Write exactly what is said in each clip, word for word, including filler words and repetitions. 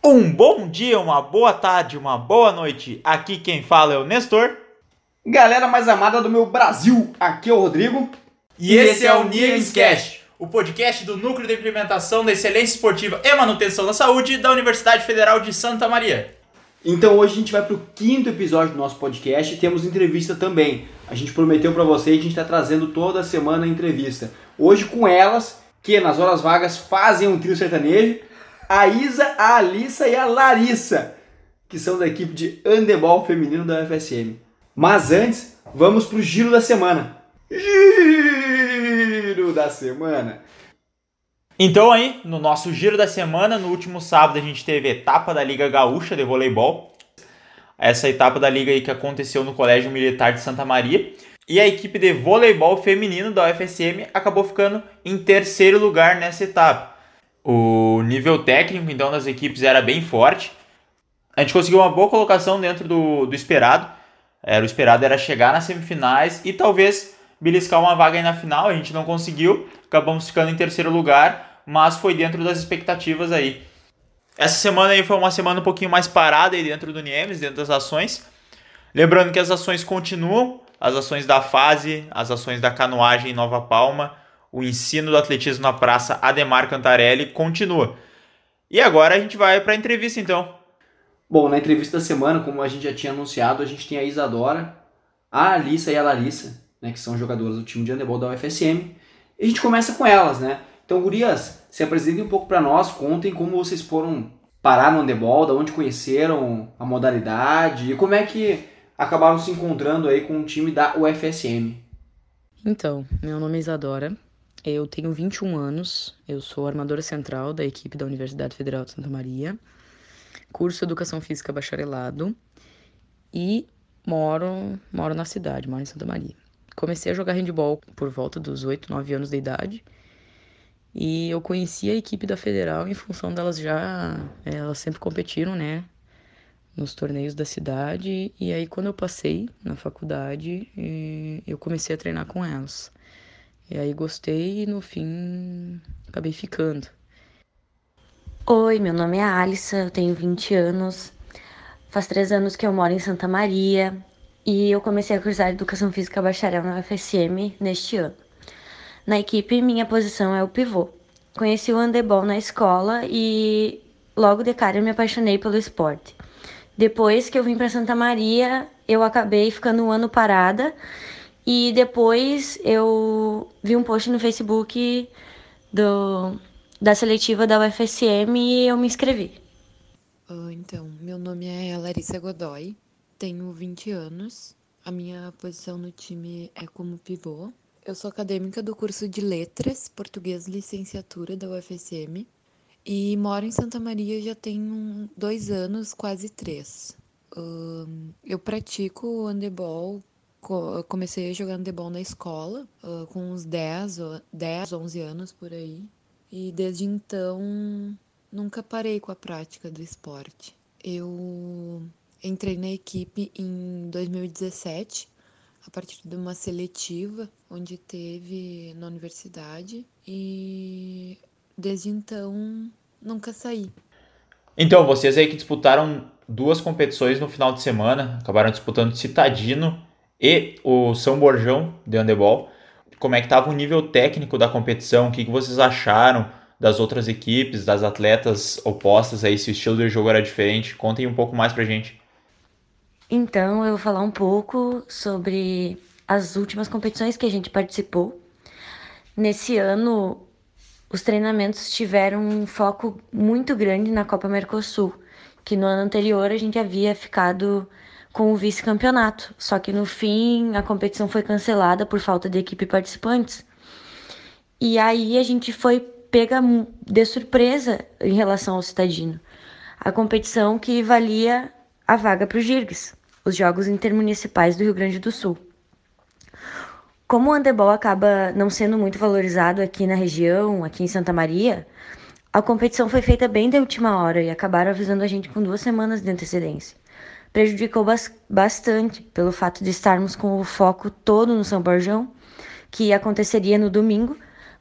Um bom dia, uma boa tarde, uma boa noite. Aqui quem fala é o Nestor. Galera mais amada do meu Brasil, aqui é o Rodrigo. E, e esse, esse é o NIEMScast, o podcast do Núcleo de Implementação da Excelência Esportiva e Manutenção da Saúde da Universidade Federal de Santa Maria. Então hoje a gente vai para o quinto episódio do nosso podcast e temos entrevista também. A gente prometeu para vocês que a gente está trazendo toda semana entrevista. Hoje com elas, que nas horas vagas fazem um trio sertanejo, a Isa, a Alissa e a Larissa, que são da equipe de handebol feminino da U F S M. Mas antes, vamos para o giro da semana. Giro da semana. Então aí, no nosso giro da semana, no último sábado a gente teve a etapa da Liga Gaúcha de Voleibol. Essa etapa da liga aí que aconteceu no Colégio Militar de Santa Maria. E a equipe de voleibol feminino da U F S M acabou ficando em terceiro lugar nessa etapa. O nível técnico, então, das equipes era bem forte. A gente conseguiu uma boa colocação dentro do, do esperado. Era, o esperado era chegar nas semifinais e talvez beliscar uma vaga aí na final. A gente não conseguiu, acabamos ficando em terceiro lugar, mas foi dentro das expectativas aí. Essa semana aí foi uma semana um pouquinho mais parada aí dentro do NIEMS, dentro das ações. Lembrando que as ações continuam, as ações da fase, as ações da canoagem em Nova Palma, o ensino do atletismo na Praça Ademar Cantarelli continua. E agora a gente vai para a entrevista então. Bom, na entrevista da semana, como a gente já tinha anunciado, a gente tem a Isadora, a Alissa e a Larissa, né, que são jogadoras do time de handebol da U F S M. E a gente começa com elas, né? Então, gurias, se apresentem um pouco para nós, contem como vocês foram parar no handebol, da onde conheceram a modalidade e como é que acabaram se encontrando aí com o time da U F S M. Então, meu nome é Isadora, eu tenho vinte e um anos, eu sou armadora central da equipe da Universidade Federal de Santa Maria, curso Educação Física Bacharelado e moro, moro na cidade, moro em Santa Maria. Comecei a jogar handebol por volta dos oito, nove anos de idade e eu conheci a equipe da Federal em função delas já, elas sempre competiram, né, nos torneios da cidade, e aí quando eu passei na faculdade, eu comecei a treinar com elas. E aí gostei e no fim acabei ficando. Oi, meu nome é Alissa, eu tenho vinte anos, faz três anos que eu moro em Santa Maria e eu comecei a cursar Educação Física Bacharel na U F S M neste ano. Na equipe, minha posição é o pivô. Conheci o handebol na escola e logo de cara eu me apaixonei pelo esporte. Depois que eu vim para Santa Maria, eu acabei ficando um ano parada e depois eu vi um post no Facebook do, da seletiva da U F S M e eu me inscrevi. Uh, então, meu nome é Larissa Godoy, tenho vinte anos, a minha posição no time é como pivô. Eu sou acadêmica do curso de Letras, Português Licenciatura da U F S M e moro em Santa Maria já tem dois anos, quase três. Uh, eu pratico handebol, co- comecei a jogar handebol na escola uh, com uns dez, dez, onze anos por aí. E desde então nunca parei com a prática do esporte. Eu entrei na equipe em dois mil e dezessete, a partir de uma seletiva onde teve na universidade, e desde então nunca saí. Então, vocês aí que disputaram duas competições no final de semana, acabaram disputando o Citadino e o São Borjão de handebol. Como é que estava o nível técnico da competição? O que, que vocês acharam das outras equipes, das atletas opostas aí, se o estilo de jogo era diferente? Contem um pouco mais pra gente. Então, eu vou falar um pouco sobre as últimas competições que a gente participou. Nesse ano, os treinamentos tiveram um foco muito grande na Copa Mercosul, que no ano anterior a gente havia ficado com o vice-campeonato, só que no fim a competição foi cancelada por falta de equipe participantes. E aí a gente foi pega de surpresa em relação ao Citadino. A competição que valia a vaga para o Girgs, os Jogos Intermunicipais do Rio Grande do Sul. Como o handebol acaba não sendo muito valorizado aqui na região, aqui em Santa Maria, a competição foi feita bem de última hora e acabaram avisando a gente com duas semanas de antecedência. Prejudicou bas- bastante pelo fato de estarmos com o foco todo no São Borjão, que aconteceria no domingo,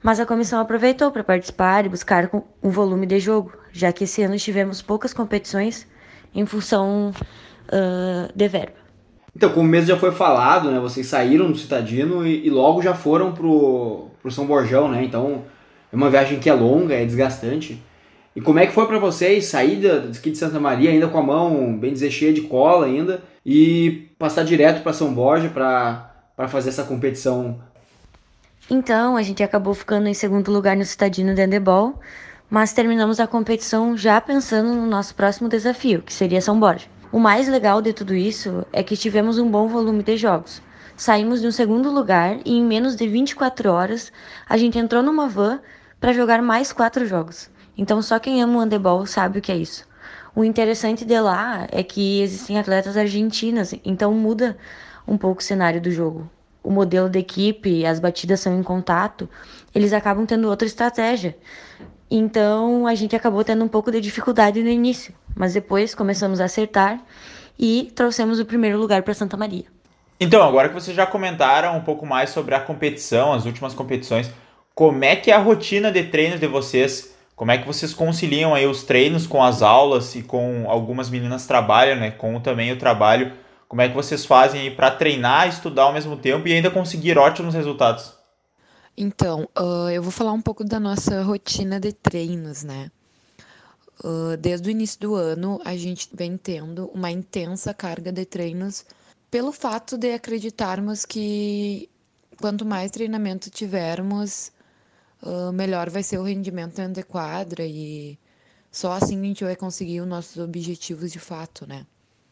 Mas a comissão aproveitou para participar e buscar com- um volume de jogo, já que esse ano tivemos poucas competições em função ah, de verba. Então, como mesmo já foi falado, né, vocês saíram do Citadino e, e logo já foram pro, pro São Borjão, né? Então, é uma viagem que é longa, é desgastante. E como é que foi para vocês sair da- daqui de Santa Maria ainda com a mão, bem dizer, cheia de cola ainda e passar direto para São Borja para para fazer essa competição? Então, a gente acabou ficando em segundo lugar no Citadino de Handebol, mas terminamos a competição já pensando no nosso próximo desafio, que seria São Borja. O mais legal de tudo isso é que tivemos um bom volume de jogos. Saímos de um segundo lugar e em menos de vinte e quatro horas a gente entrou numa van para jogar mais quatro jogos. Então só quem ama o handebol sabe o que é isso. O interessante de lá é que existem atletas argentinas, então muda um pouco o cenário do jogo. O modelo da equipe, as batidas são em contato, eles acabam tendo outra estratégia. Então a gente acabou tendo um pouco de dificuldade no início, mas depois começamos a acertar e trouxemos o primeiro lugar para Santa Maria. Então, agora que vocês já comentaram um pouco mais sobre a competição, as últimas competições, como é que é a rotina de treinos de vocês? Como é que vocês conciliam aí os treinos com as aulas e com algumas meninas trabalham, né? Com também o trabalho. Como é que vocês fazem aí para treinar, estudar ao mesmo tempo e ainda conseguir ótimos resultados? Então, ah, eu vou falar um pouco da nossa rotina de treinos, né? Ah, desde o início do ano, a gente vem tendo uma intensa carga de treinos pelo fato de acreditarmos que quanto mais treinamento tivermos, ah, melhor vai ser o rendimento dentro de quadra e só assim a gente vai conseguir os nossos objetivos de fato, né?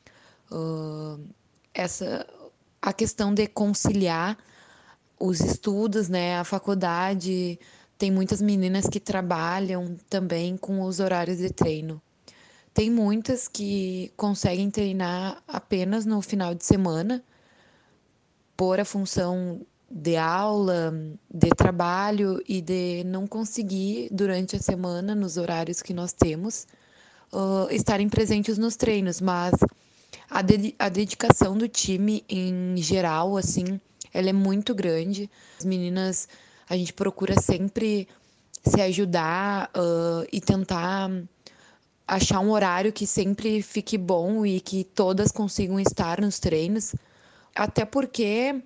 Ah, essa a questão de conciliar os estudos, né, a faculdade, tem muitas meninas que trabalham também com os horários de treino. Tem muitas que conseguem treinar apenas no final de semana, por a função de aula, de trabalho e de não conseguir durante a semana, nos horários que nós temos, uh, estarem presentes nos treinos, mas a, de a dedicação do time em geral, assim, ela é muito grande. As meninas, a gente procura sempre se ajudar uh, e tentar achar um horário que sempre fique bom e que todas consigam estar nos treinos, até porque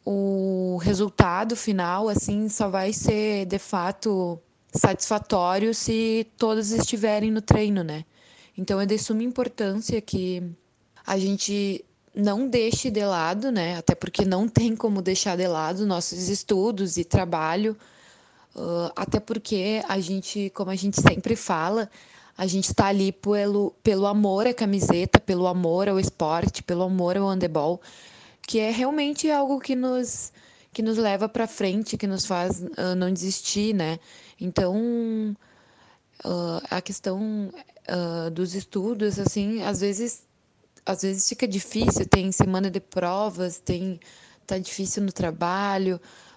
o resultado final assim só vai ser de fato satisfatório se todas estiverem no treino, né? Então é de suma importância que a gente não deixe de lado, né? Até porque não tem como deixar de lado nossos estudos e trabalho, uh, até porque a gente, como a gente sempre fala, a gente está ali pelo, pelo amor à camiseta, pelo amor ao esporte, pelo amor ao handebol, que é realmente algo que nos, que nos leva para frente, que nos faz uh, não desistir, né? Então, uh, a questão uh, dos estudos, assim, às vezes, às vezes fica difícil, tem semana de provas, tem tá difícil no trabalho,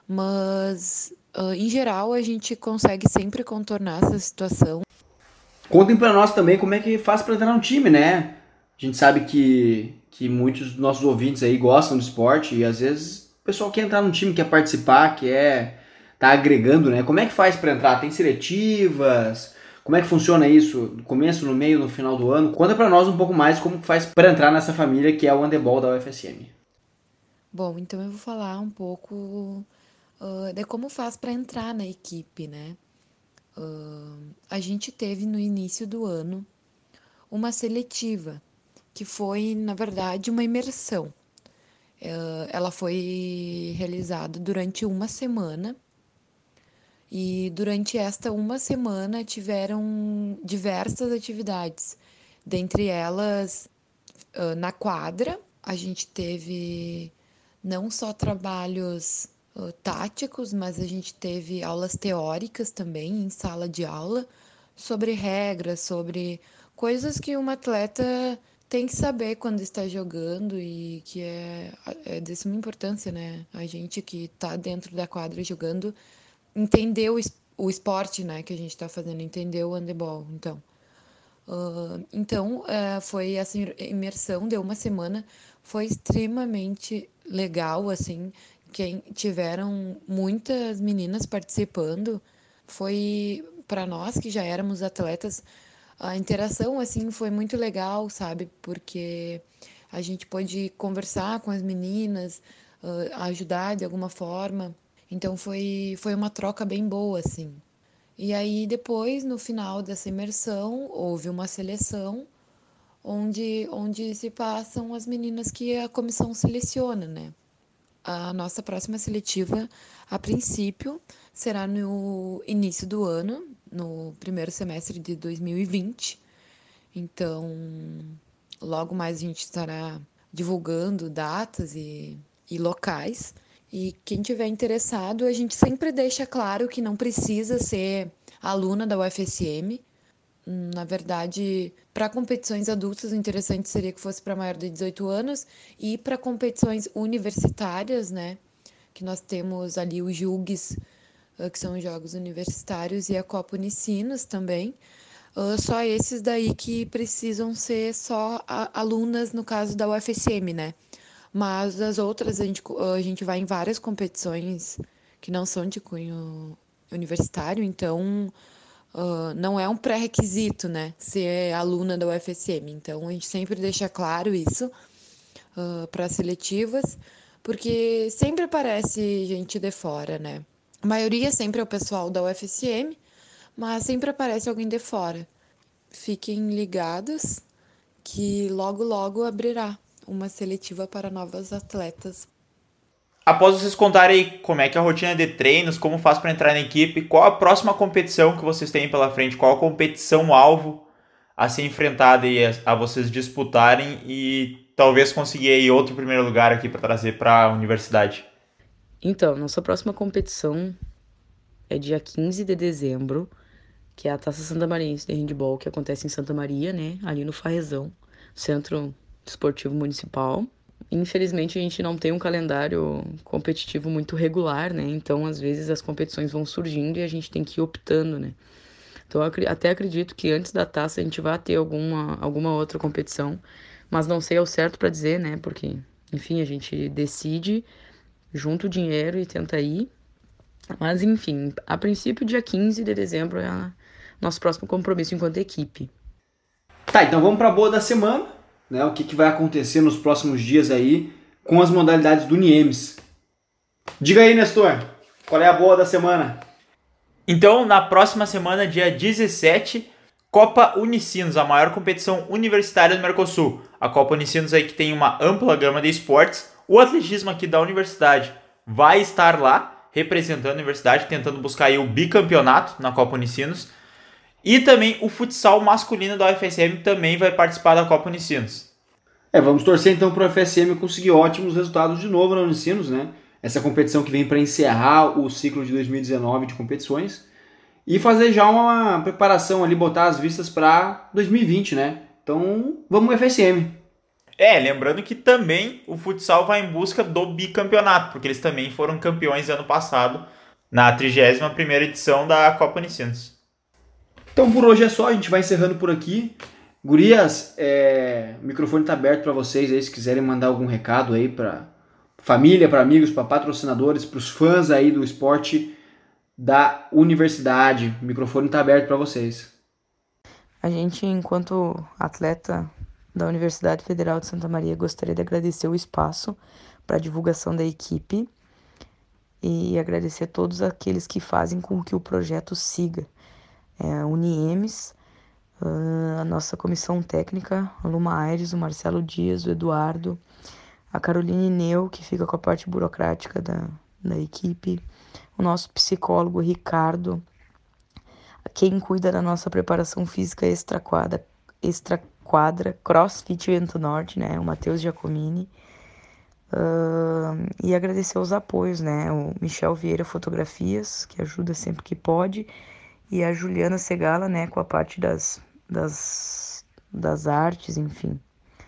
mas uh, em geral a gente consegue sempre contornar essa situação. Contem para nós também como é que faz para entrar no time, né? A gente sabe que, que muitos dos nossos ouvintes aí gostam do esporte e às vezes o pessoal quer entrar no time, quer participar, quer tá agregando, né? Como é que faz para entrar? Tem seletivas? Como é que funciona isso? No começo, no meio, no final do ano? Conta para nós um pouco mais como faz para entrar nessa família que é o handebol da U F S M. Bom, então eu vou falar um pouco uh, de como faz para entrar na equipe, né? Uh, a gente teve no início do ano uma seletiva, que foi, na verdade, uma imersão. Uh, ela foi realizada durante uma semana e durante esta uma semana tiveram diversas atividades, dentre elas uh, na quadra a gente teve não só trabalhos uh, táticos, mas a gente teve aulas teóricas também em sala de aula sobre regras, sobre coisas que uma atleta tem que saber quando está jogando e que é, é de suma importância, né? A gente que está dentro da quadra jogando entender o, o esporte, né, que a gente está fazendo, entender o handebol, então. Uh, então, uh, foi essa imersão, deu uma semana, foi extremamente legal, assim, quem tiveram muitas meninas participando. Foi para nós que já éramos atletas, a interação assim foi muito legal, sabe? Porque a gente pôde conversar com as meninas, uh, ajudar de alguma forma. Então foi foi uma troca bem boa assim. E aí depois, no final dessa imersão, houve uma seleção onde onde se passam as meninas que a comissão seleciona, né? A nossa próxima seletiva, a princípio, será no início do ano, no primeiro semestre de dois mil e vinte. Então, logo mais a gente estará divulgando datas e, e locais. E quem tiver interessado, a gente sempre deixa claro que não precisa ser aluna da U F S M. Na verdade, para competições adultas, o interessante seria que fosse para maior de dezoito anos, e para competições universitárias, né, que nós temos ali os JUGs, que são os Jogos Universitários, e a Copa Unicinos também. Só esses daí que precisam ser só alunas, no caso da U F S M, né? Mas as outras, a gente, a gente vai em várias competições que não são de cunho universitário, então Uh, não é um pré-requisito, né, ser aluna da U F S M. Então, a gente sempre deixa claro isso uh, para as seletivas, porque sempre aparece gente de fora, né? A maioria sempre é o pessoal da U F S M, mas sempre aparece alguém de fora. Fiquem ligados que logo, logo abrirá uma seletiva para novas atletas. Após vocês contarem aí como é que é a rotina de treinos, como faz para entrar na equipe, qual a próxima competição que vocês têm pela frente, qual a competição-alvo a ser enfrentada e a, a vocês disputarem e talvez conseguir aí outro primeiro lugar aqui para trazer para a universidade? Então, nossa próxima competição é dia quinze de dezembro, que é a Taça Santa Mariense de Handball, que acontece em Santa Maria, né, ali no Farrezão, Centro Esportivo Municipal. Infelizmente, a gente não tem um calendário competitivo muito regular, né? Então, às vezes, as competições vão surgindo e a gente tem que ir optando, né? Então, eu até acredito que antes da taça a gente vai ter alguma, alguma outra competição, mas não sei ao certo para dizer, né? Porque, enfim, a gente decide, junta o dinheiro e tenta ir. Mas, enfim, a princípio, dia quinze de dezembro é a nosso próximo compromisso enquanto equipe. Tá, então vamos para a boa da semana, né? O que, que vai acontecer nos próximos dias aí com as modalidades do Niemes. Diga aí, Nestor, qual é a boa da semana? Então, na próxima semana, dia dezessete, Copa Unicinos, a maior competição universitária do Mercosul. A Copa Unicinos aí que tem uma ampla gama de esportes. O atletismo aqui da universidade vai estar lá, representando a universidade, tentando buscar aí o bicampeonato na Copa Unicinos. E também o futsal masculino da U F S M também vai participar da Copa Unicinos. É, vamos torcer então para o U F S M conseguir ótimos resultados de novo na Unicinos, né? Essa competição que vem para encerrar o ciclo de dois mil e dezenove de competições e fazer já uma preparação ali, botar as vistas para dois mil e vinte, né? Então, vamos U F S M. É, lembrando que também o futsal vai em busca do bicampeonato, porque eles também foram campeões ano passado na trigésima primeira edição da Copa Unicinos. Então, por hoje é só, a gente vai encerrando por aqui. Gurias, é... o microfone está aberto para vocês aí, se quiserem mandar algum recado aí para família, para amigos, para patrocinadores, para os fãs aí do esporte da universidade. O microfone está aberto para vocês. A gente, enquanto atleta da Universidade Federal de Santa Maria, gostaria de agradecer o espaço para a divulgação da equipe e agradecer a todos aqueles que fazem com que o projeto siga. É, a Uniemes, a nossa comissão técnica, a Luma Aires, o Marcelo Dias, o Eduardo, a Caroline Neu, que fica com a parte burocrática da, da equipe, o nosso psicólogo Ricardo, quem cuida da nossa preparação física extra-quadra, extra-quadra CrossFit Vento Norte, né, o Matheus Giacomini, uh, e agradecer os apoios, né, o Michel Vieira Fotografias, que ajuda sempre que pode, e a Juliana Segala, né, com a parte das, das, das artes, enfim.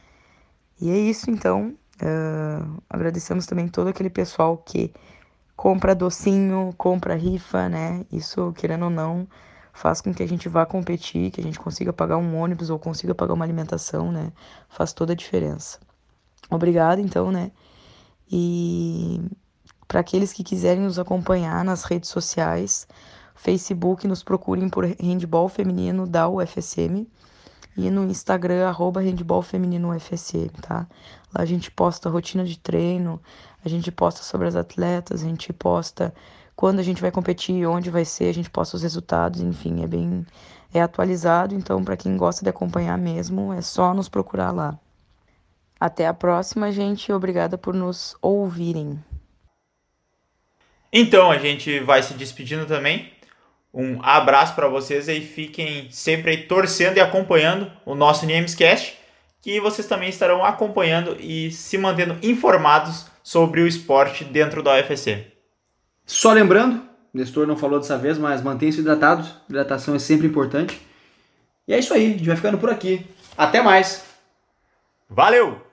E é isso, então. Uh, agradecemos também todo aquele pessoal que compra docinho, compra rifa, né? Isso, querendo ou não, faz com que a gente vá competir, que a gente consiga pagar um ônibus ou consiga pagar uma alimentação, né? Faz toda a diferença. Obrigada, então, né? E Para aqueles que quiserem nos acompanhar nas redes sociais, Facebook, nos procurem por Handball Feminino da U F S M e no Instagram, arroba Handball Feminino U F S M, tá? Lá a gente posta rotina de treino, a gente posta sobre as atletas, a gente posta quando a gente vai competir, onde vai ser, a gente posta os resultados, enfim, é bem é atualizado, então para quem gosta de acompanhar mesmo, é só nos procurar lá. Até a próxima, gente, obrigada por nos ouvirem. Então, a gente vai se despedindo também. Um abraço para vocês e fiquem sempre aí torcendo e acompanhando o nosso Niemescast, que vocês também estarão acompanhando e se mantendo informados sobre o esporte dentro da U F S M. Só lembrando, o Nestor não falou dessa vez, mas mantenham-se hidratados. Hidratação é sempre importante. E é isso aí, a gente vai ficando por aqui. Até mais! Valeu!